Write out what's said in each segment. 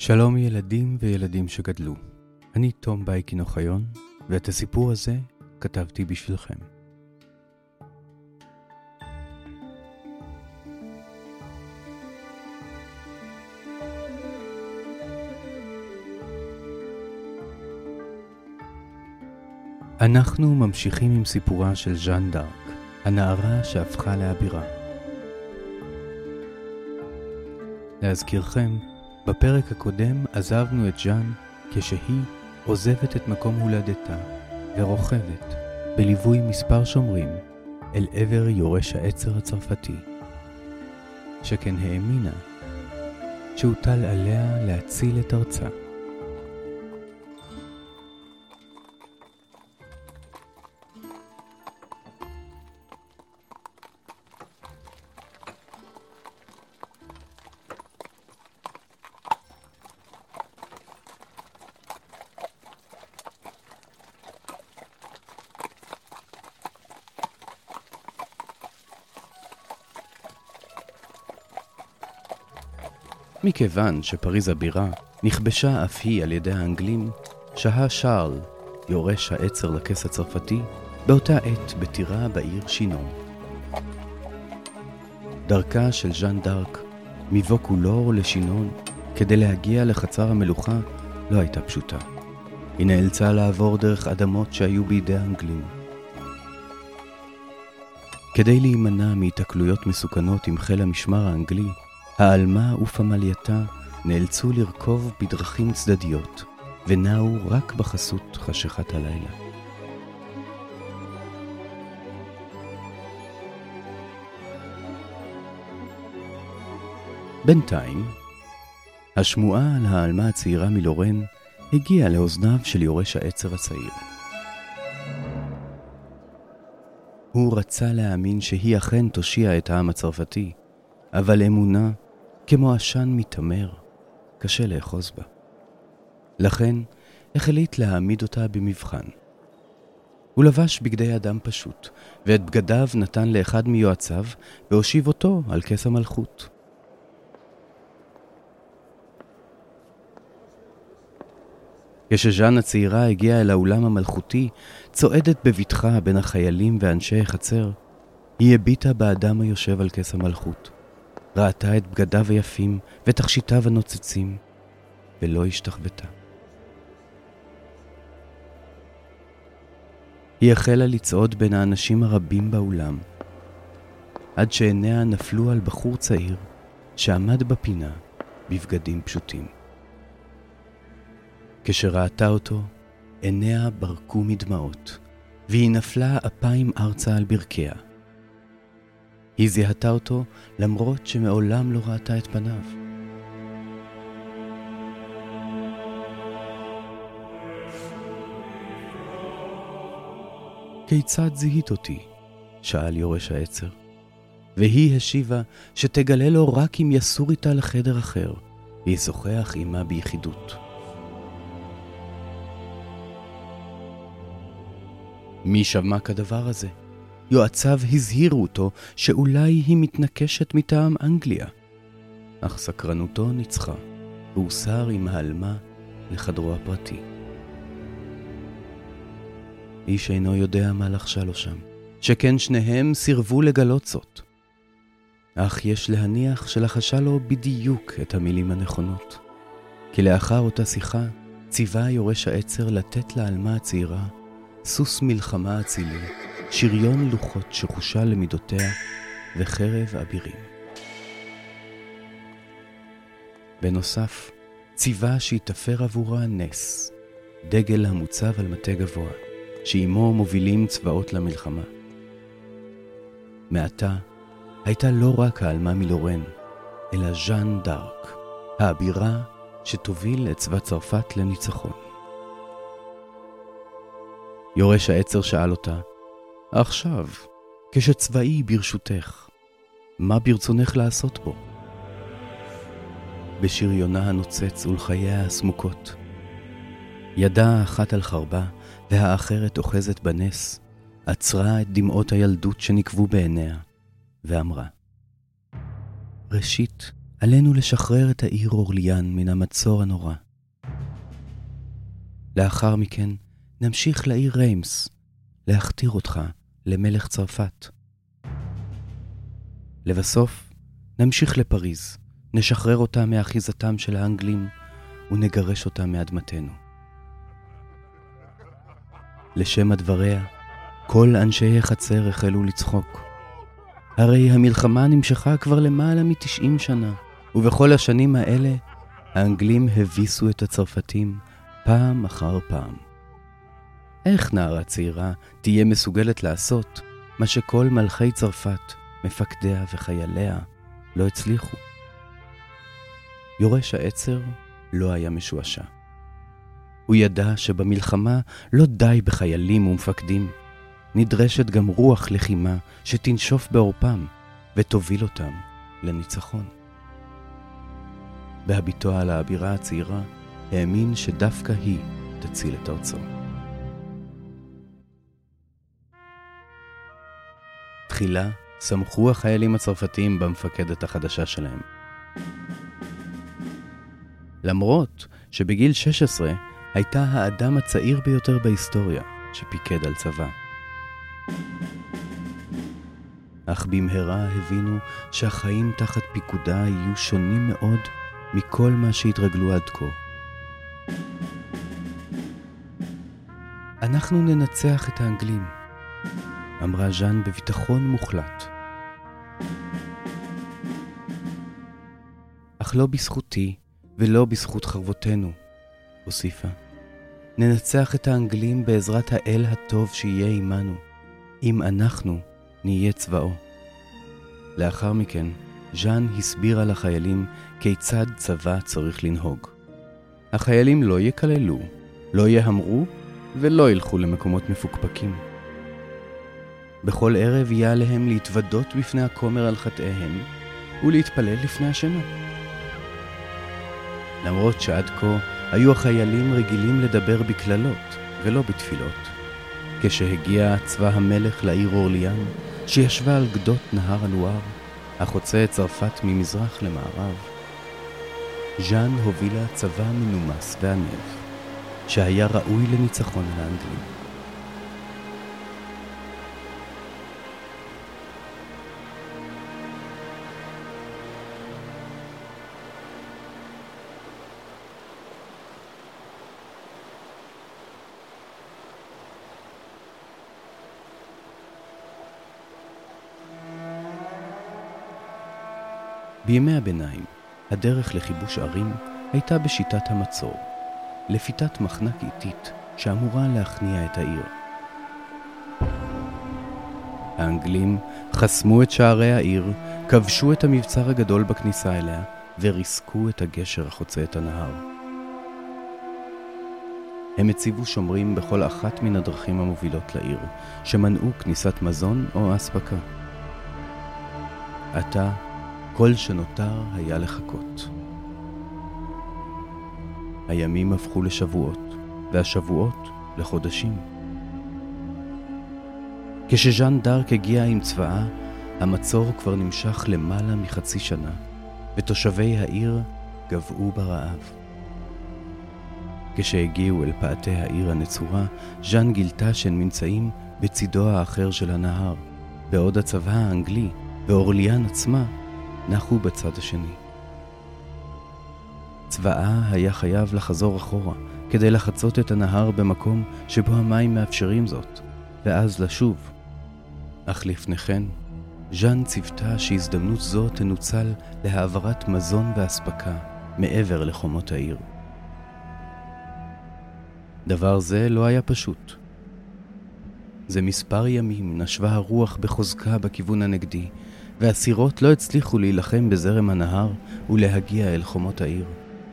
שלום ילדים וילדים שגדלו. אני תום בייקין אוחיון, ואת הסיפור הזה כתבתי בשבילכם. אנחנו ממשיכים עם סיפורה של ז'אן דארק, הנערה שהפכה לאבירה. להזכירכם, בפרק הקודם עזבנו את ז'אן כשהיא עוזבת את מקום הולדתה ורוכבת בליווי מספר שומרים אל עבר יורש העצר הצרפתי, שכן האמינה שהוטל עליה להציל את ארצה. מכיוון שפריז הבירה נכבשה אף היא על ידי האנגלים, שהה שרל, יורש העצר לכס הצרפתי, באותה עת בטירה בעיר שינון. דרכה של ז'אן דארק מבוקולור לשינון כדי להגיע לחצר המלוכה לא הייתה פשוטה. היא נאלצה לעבור דרך אדמות שהיו בידי האנגלים. כדי להימנע מהתקלויות מסוכנות עם חיל המשמר האנגלי, העלמה ופמלייתה נאלצו לרכוב בדרכים צדדיות, ונעו רק בחסות חשכת הלילה. בינתיים, השמועה על העלמה הצעירה מלורן הגיעה לאוזניו של יורש העצר הצעיר. הוא רצה להאמין שהיא אכן תושיע את העם הצרפתי, אבל אמונה, כמו עשן מתמר, קשה לאחוז בה. לכן החליט להעמיד אותה במבחן. הוא לבש בגדי אדם פשוט, ואת בגדיו נתן לאחד מיועציו, והושיב אותו על כס המלכות. כשז'אן הצעירה הגיעה אל האולם המלכותי, צועדת בבטחה בין החיילים ואנשי החצר, היא הביטה באדם היושב על כס המלכות. ראתה את בגדיו היפים ותכשיטיו הנוצצים, ולא השתחוותה. היא החלה לצעוד בין האנשים הרבים באולם, עד שעיניה נפלו על בחור צעיר שעמד בפינה בבגדים פשוטים. כשראתה אותו, עיניה ברקו מדמעות, והיא נפלה אפיים ארצה על ברכיה. היא זיהתה אותו למרות שמעולם לא ראתה את פניו. כיצד זיהית אותי? שאל יורש העצר. והיא השיבה שתגלה לו רק אם יסור איתה לחדר אחר, וישוחח עמה ביחידות. מי שמע כדבר הזה? יועציו הזהירו אותו שאולי היא מתנקשת מטעם אנגליה. אך סקרנותו ניצחה, והוא סר עם העלמה לחדרו הפרטי. איש אינו יודע מה לחשה לו שם, שכן שניהם סירבו לגלות זאת. אך יש להניח שלחשה לו בדיוק את המילים הנכונות. כי לאחר אותה שיחה, ציווה יורש העצר לתת לעלמה הצעירה סוס מלחמה אצילי, שריון לוחות שחושה למידותיה וחרב אבירים. בנוסף, ציווה שיתפר עבורה נס, דגל המוצב על מטה גבוה, שעימו מובילים צבאות למלחמה. מעתה הייתה לא רק העלמה מלורן, אלא ז'אן דארק, האבירה שתוביל את צבא צרפת לניצחון. יורש העצר שאל אותה, עכשיו, כשצבאי ברשותך, מה ברצונך לעשות בו? בשריונה הנוצץ ולחייה הסמוקות. ידה האחת על חרבה והאחרת אוחזת בנס, עצרה את דמעות הילדות שנקבו בעיניה, ואמרה, ראשית, עלינו לשחרר את העיר אורליאן מן המצור הנורא. לאחר מכן נמשיך לעיר ריימס, להכתיר אותך למלך צרפת. לבסוף נמשיך לפריז, נשחרר אותה מאחיזתם של האנגלים ונגרש אותה מאדמתנו. לשם הדבריה, כל אנשי החצר החלו לצחוק. הרי המלחמה נמשכה כבר למעלה מ-90 שנה, ובכל השנים האלה האנגלים הביסו את הצרפתים פעם אחר פעם. איך נערה צעירה תהיה מסוגלת לעשות מה שכל מלכי צרפת, מפקדיה וחייליה לא הצליחו? יורש העצר לא היה משועשע. הוא ידע שבמלחמה לא די בחיילים ומפקדים, נדרשת גם רוח לחימה שתנשוף בעורפם ותוביל אותם לניצחון. בהביטו על האבירה הצעירה, האמין שדווקא היא תציל את ארצו. תחילה שמחו החיילים הצרפתיים במפקדת החדשה שלהם. למרות שבגיל 16 הייתה האדם הצעיר ביותר בהיסטוריה שפיקד על צבא. אך במהרה הבינו שהחיים תחת פיקודה יהיו שונים מאוד מכל מה שהתרגלו עד כה. אנחנו ננצח את האנגלים, אמרה ז'אן בביטחון מוחלט. אך לא בזכותי ולא בזכות חרבותינו, הוסיפה. ננצח את האנגלים בעזרת האל הטוב שיהיה עמנו, אם אנחנו נהיה צבאו. לאחר מכן, ז'אן הסבירה לחיילים כיצד צבא צריך לנהוג. החיילים לא יקללו, לא יהמרו ולא ילכו למקומות מפוקפקים. בכל ערב יהיה עליהם להתוודות בפני הכומר על חטאיהם ולהתפלל לפני השינה. למרות שעד כה היו החיילים רגילים לדבר בקללות ולא בתפילות, כשהגיע צבא המלך לעיר אורליאן, שישבה על גדות נהר הלואר, החוצה את צרפת ממזרח למערב, ז'אן הובילה צבא מנומס וענב, שהיה ראוי לניצחון על האנגלים. בימי הביניים, הדרך לכיבוש ערים הייתה בשיטת המצור, לפיתת מחנק איטית שאמורה להכניע את העיר. האנגלים חסמו את שערי העיר, כבשו את המבצר הגדול בכניסה אליה וריסקו את הגשר החוצה את הנהר. הם הציבו שומרים בכל אחת מן הדרכים המובילות לעיר, שמנעו כניסת מזון או אספקה. עתה, כל שנותר היה לחכות. הימים הפכו לשבועות, והשבועות לחודשים. כשז'אן דארק הגיע עם צבאה, המצור כבר נמשך למעלה מחצי שנה, ותושבי העיר גבעו ברעב. כשהגיעו אל פאתי העיר הנצורה, ז'אן גילתה שהן נמצאים בצידו האחר של הנהר, בעוד הצבא האנגלי ואורליאן עצמה נחו בצד השני. צבאה היה חייב לחזור אחורה כדי לחצות את הנהר במקום שבו המים מאפשרים זאת, ואז לשוב. אך לפני כן, ז'אן ציוותה שהזדמנות זו תנוצל להעברת מזון ואספקה מעבר לחומות העיר. דבר זה לא היה פשוט. זה מספר ימים נשבה הרוח בחוזקה בכיוון הנגדי, והסירות לא הצליחו להילחם בזרם הנהר ולהגיע אל חומות העיר.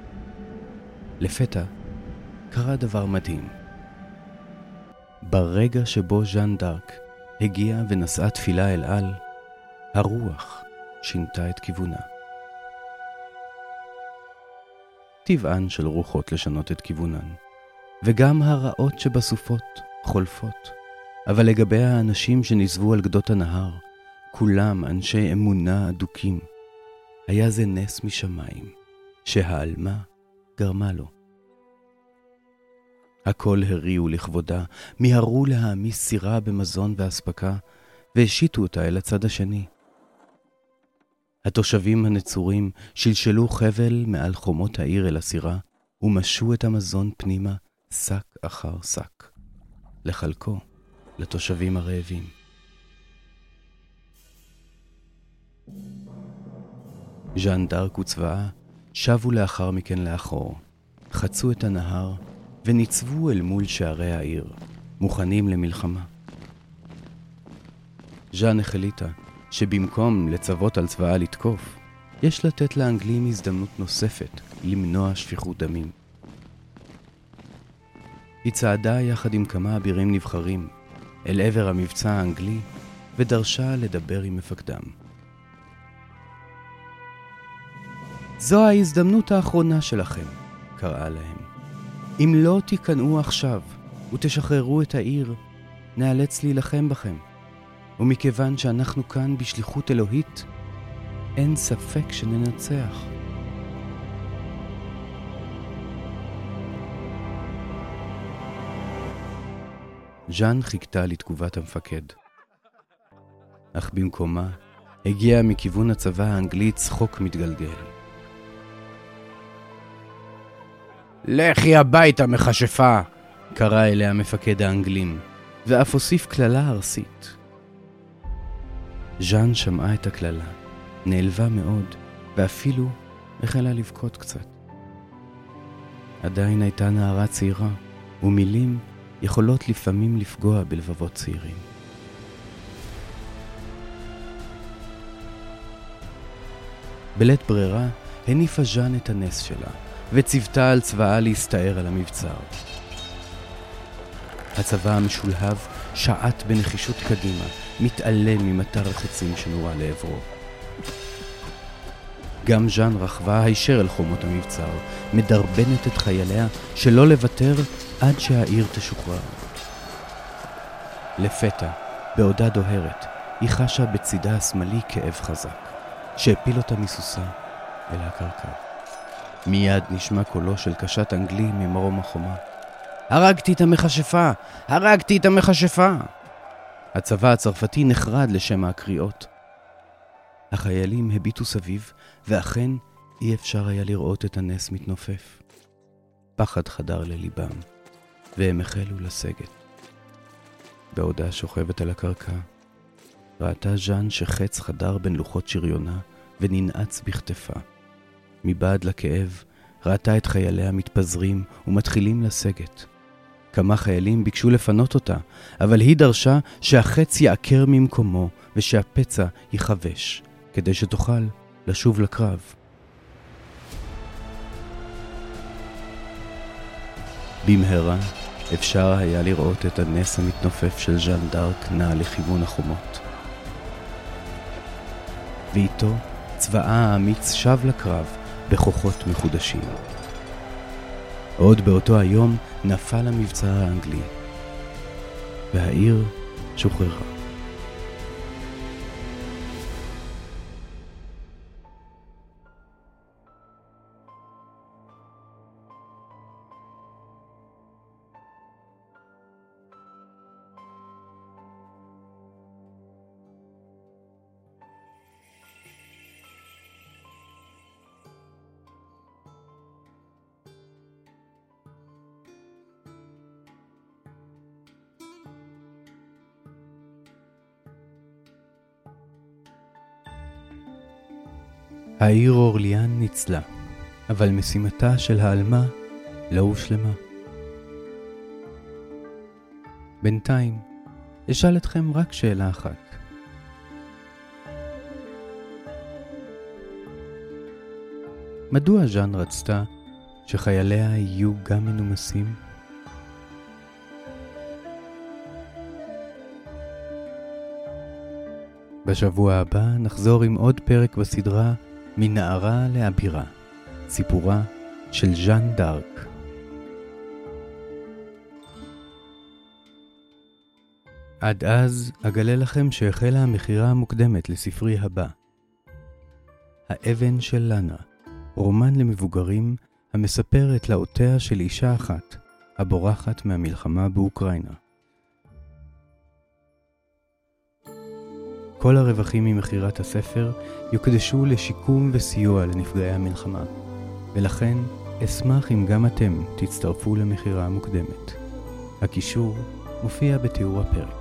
לפתע קרה דבר מדהים. ברגע שבו ז'אן דארק הגיעה ונשאה תפילה אל על, הרוח שינתה את כיוונה. טבען של רוחות לשנות את כיוונן, וגם הרעות שבסופות חולפות. אבל לגבי האנשים שנזבו על גדות הנהר, כולם אנשי אמונה אדוקים. היה זה נס משמיים, שהעלמה גרמה לו. הכל הריעו לכבודה, מיהרו להעמיס סירה במזון והספקה, והשיתו אותה אל הצד השני. התושבים הנצורים שלשלו חבל מעל חומות העיר אל הסירה, ומשו את המזון פנימה שק אחר שק, לחלקו לתושבים הרעבים. ז'אן דארק וצבאה שבו לאחר מכן לאחור, חצו את הנהר וניצבו אל מול שערי העיר, מוכנים למלחמה. ז'אן החליטה שבמקום לצוות על צבאה לתקוף, יש לתת לאנגלים הזדמנות נוספת למנוע שפיכות דמים. היא צעדה יחד עם כמה אבירים נבחרים אל עבר המבצע האנגלי ודרשה לדבר עם מפקדם. זו ההזדמנות האחרונה שלכם, קראה להם. אם לא תיכנעו עכשיו ותשחררו את העיר, נאלץ להילחם בכם. ומכיוון שאנחנו כאן בשליחות אלוהית, אין ספק שננצח. ז'אן חיכתה לתגובת המפקד. אך במקומה הגיע מכיוון הצבא האנגלי צחוק מתגלגל. לכי הביתה מכשפה! קרא אליה מפקד האנגלים, ואף הוסיף כללה ארסית. ז'אן שמעה את הכללה, נעלבה מאוד, ואפילו החלה לבכות קצת. עדיין הייתה נערה צעירה, ומילים יכולות לפעמים לפגוע בלבבות צעירים. בלית ברירה הניפה ז'אן את הנס שלה, וציוותה על צבאה להסתער על המבצר. הצבא המשולהב שעט בנחישות קדימה, מתעלם ממטר החצים שנורה לעברו. גם ז'אן רכבה הישר אל חומות המבצר, מדרבנת את חייליה שלא לוותר עד שהעיר תשוחרר. לפתע, בעודה דוהרת, היא חשה בצידה השמאלי כאב חזק, שהפיל אותה מסוסה אל הקרקע. מיד נשמע קולו של קשת אנגלי ממרום החומה. הרגתי את המכשפה! הרגתי את המכשפה! הצבא הצרפתי נחרד לשם הקריאות. החיילים הביטו סביב, ואכן אי אפשר היה לראות את הנס מתנופף. פחד חדר לליבם, והם החלו לסגת. בעודה שוכבת על הקרקע, ראתה ז'אן שחץ חדר בין לוחות שריונה, וננעץ בכתפה. מבעד לכאב, ראתה את חייליה מתפזרים ומתחילים לסגת. כמה חיילים ביקשו לפנות אותה, אבל היא דרשה שהחץ יעקר ממקומו ושהפצע יחבש, כדי שתוכל לשוב לקרב. במהרה אפשר היה לראות את הנס המתנופף של ז'אן דארק נע לכיוון החומות. ואיתו צבאה האמיץ שב לקרב בכוחות מחודשים. עוד באותו היום נפל המבצר האנגלי, והעיר שוחררה. העיר אורליאן ניצלה, אבל משימתה של העלמה לא הושלמה. בינתיים, אשאל אתכם רק שאלה אחת. מדוע ז'אן רצתה שחייליה יהיו גם מנומסים? בשבוע הבא נחזור עם עוד פרק בסדרה מנערה לאבירה, סיפורה של ז'אן דארק. עד אז אגלה לכם שהחלה המכירה המוקדמת לספרי הבא. האבן של לנה, רומן למבוגרים המספר את תלאותיה של אישה אחת הבורחת מהמלחמה באוקראינה. כל הרווחים ממכירת הספר יוקדשו לשיקום וסיוע לנפגעי המלחמה, ולכן אשמח אם גם אתם תצטרפו למכירה המוקדמת. הקישור מופיע בתיאור הפרק.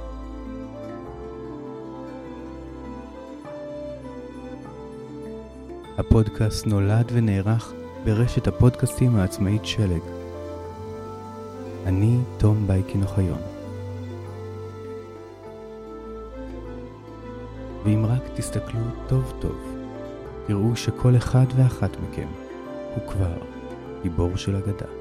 הפודקאסט נולד ונערך ברשת הפודקאסטים העצמאית שלג. אני תום בייקין אוחיון. ואם רק תסתכלו טוב טוב, תראו שכל אחד ואחת מכם הוא כבר גיבור של אגדה.